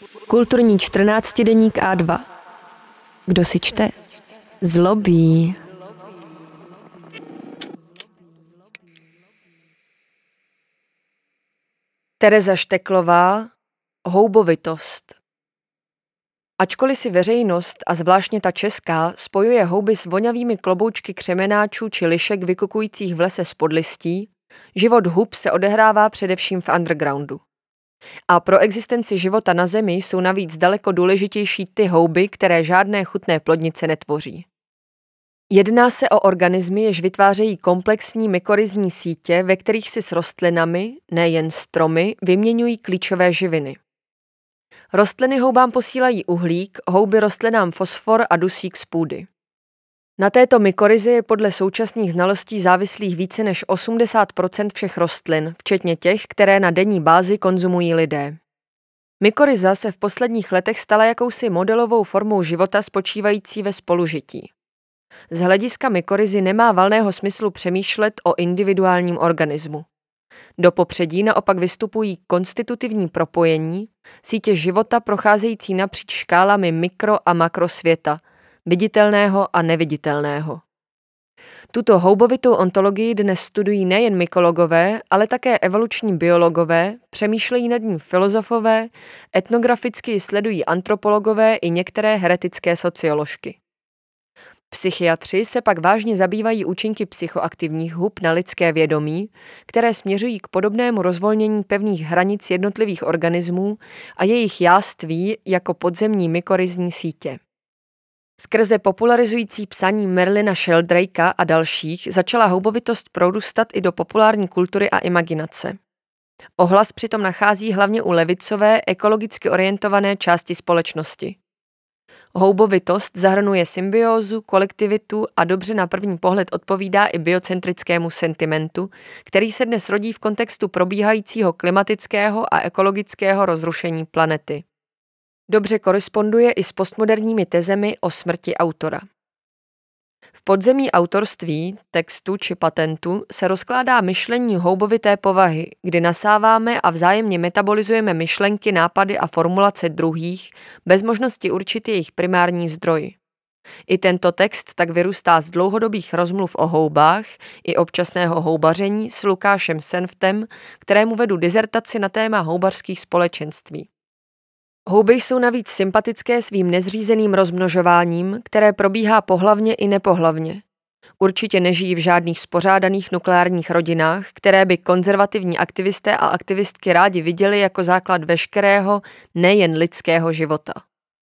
Kulturní 14deník A2. Kdo si čte? Zlobí. Tereza Šteklová, Houbovitost. Ačkoliv si veřejnost, a zvláštně ta česká, spojuje houby s vonavými kloboučky křemenáčů či lišek vykukujících v lese z podlistí, život hub se odehrává především v undergroundu. A pro existenci života na Zemi jsou navíc daleko důležitější ty houby, které žádné chutné plodnice netvoří. Jedná se o organismy, jež vytvářejí komplexní mykorizní sítě, ve kterých si s rostlinami, nejen stromy, vyměňují klíčové živiny. Rostliny houbám posílají uhlík, houby rostlinám fosfor a dusík z půdy. Na této mykorizi je podle současných znalostí závislých více než 80% všech rostlin, včetně těch, které na denní bázi konzumují lidé. Mykoriza se v posledních letech stala jakousi modelovou formou života spočívající ve spolužití. Z hlediska mykorizy nemá valného smyslu přemýšlet o individuálním organismu. Do popředí naopak vystupují konstitutivní propojení, sítě života procházející napříč škálami mikro- a makrosvěta, viditelného a neviditelného. Tuto houbovitou ontologii dnes studují nejen mykologové, ale také evoluční biologové, přemýšlejí nad ní filozofové, etnograficky sledují antropologové i některé heretické socioložky. Psychiatři se pak vážně zabývají účinky psychoaktivních hub na lidské vědomí, které směřují k podobnému rozvolnění pevných hranic jednotlivých organismů a jejich jáství jako podzemní mykorizní sítě. Skrze popularizující psaní Merlina Sheldrakea a dalších začala houbovitost prorůstat i do populární kultury a imaginace. Ohlas přitom nachází hlavně u levicové, ekologicky orientované části společnosti. Houbovitost zahrnuje symbiózu, kolektivitu a dobře na první pohled odpovídá i biocentrickému sentimentu, který se dnes rodí v kontextu probíhajícího klimatického a ekologického rozrušení planety. Dobře koresponduje i s postmoderními tezemi o smrti autora. V podzemí autorství, textu či patentu se rozkládá myšlení houbovité povahy, kdy nasáváme a vzájemně metabolizujeme myšlenky, nápady a formulace druhých bez možnosti určit jejich primární zdroj. I tento text tak vyrůstá z dlouhodobých rozmluv o houbách i občasného houbaření s Lukášem Senftem, kterému vedu dizertaci na téma houbařských společenství. Houby jsou navíc sympatické svým nezřízeným rozmnožováním, které probíhá pohlavně i nepohlavně. Určitě nežijí v žádných spořádaných nukleárních rodinách, které by konzervativní aktivisté a aktivistky rádi viděli jako základ veškerého, nejen lidského života.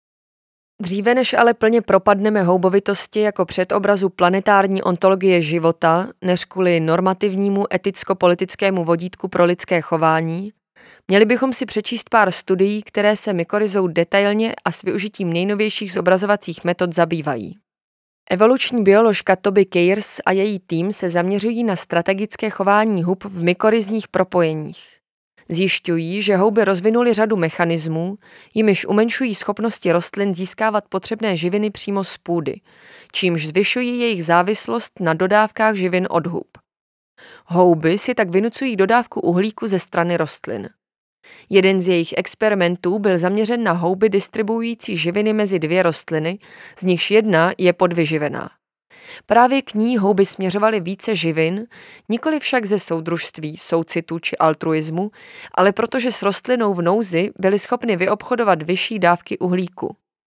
Dříve než ale plně propadneme houbovitosti jako předobrazu planetární ontologie života, než kvůli normativnímu eticko-politickému vodítku pro lidské chování, měli bychom si přečíst pár studií, které se mykorizou detailně a s využitím nejnovějších zobrazovacích metod zabývají. Evoluční bioložka Toby Keyers a její tým se zaměřují na strategické chování hub v mykorizních propojeních. Zjišťují, že houby rozvinuly řadu mechanismů, jimiž umenšují schopnosti rostlin získávat potřebné živiny přímo z půdy, čímž zvyšují jejich závislost na dodávkách živin od hub. Houby si tak vynucují dodávku uhlíku ze strany rostlin. Jeden z jejich experimentů byl zaměřen na houby distribuující živiny mezi dvě rostliny, z nichž jedna je podvyživená. Právě k ní houby směřovaly více živin, nikoli však ze soudružství, soucitu či altruismu, ale protože s rostlinou v nouzi byly schopny vyobchodovat vyšší dávky uhlíku.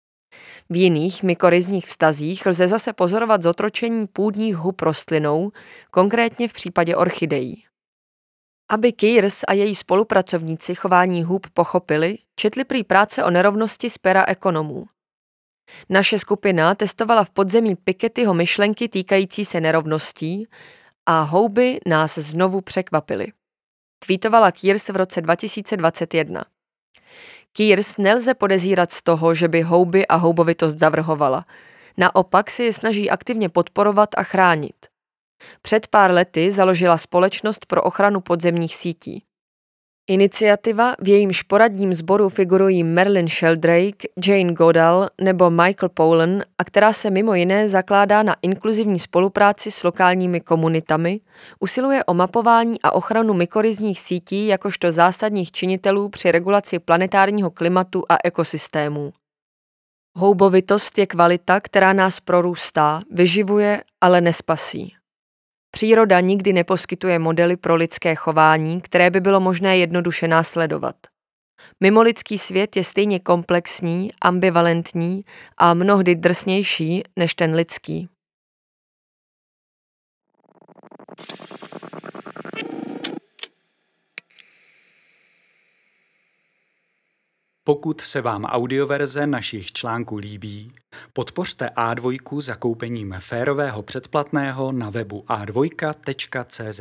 V jiných mykorizních vztazích lze zase pozorovat zotročení půdních hub rostlinou, konkrétně v případě orchidejí. Aby Keyers a její spolupracovníci chování hub pochopili, četli prý práce o nerovnosti z pera ekonomů. Naše skupina testovala v podzemí Pikettyho myšlenky týkající se nerovností a houby nás znovu překvapily. Tweetovala Keyers v roce 2021. Keyers nelze podezírat z toho, že by houby a houbovitost zavrhovala. Naopak se je snaží aktivně podporovat a chránit. Před pár lety založila společnost pro ochranu podzemních sítí. Iniciativa, v jejímž poradním sboru figurují Marilyn Sheldrake, Jane Goodall nebo Michael Pollan a která se mimo jiné zakládá na inkluzivní spolupráci s lokálními komunitami, usiluje o mapování a ochranu mykoryzních sítí jakožto zásadních činitelů při regulaci planetárního klimatu a ekosystémů. Houbovitost je kvalita, která nás prorůstá, vyživuje, ale nespasí. Příroda nikdy neposkytuje modely pro lidské chování, které by bylo možné jednoduše následovat. Mimolidský svět je stejně komplexní, ambivalentní a mnohdy drsnější než ten lidský. Pokud se vám audioverze našich článků líbí, podpořte A2 zakoupením férového předplatného na webu a2.cz.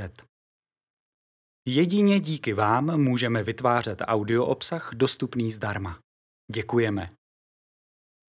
Jedině díky vám můžeme vytvářet audio obsah dostupný zdarma. Děkujeme.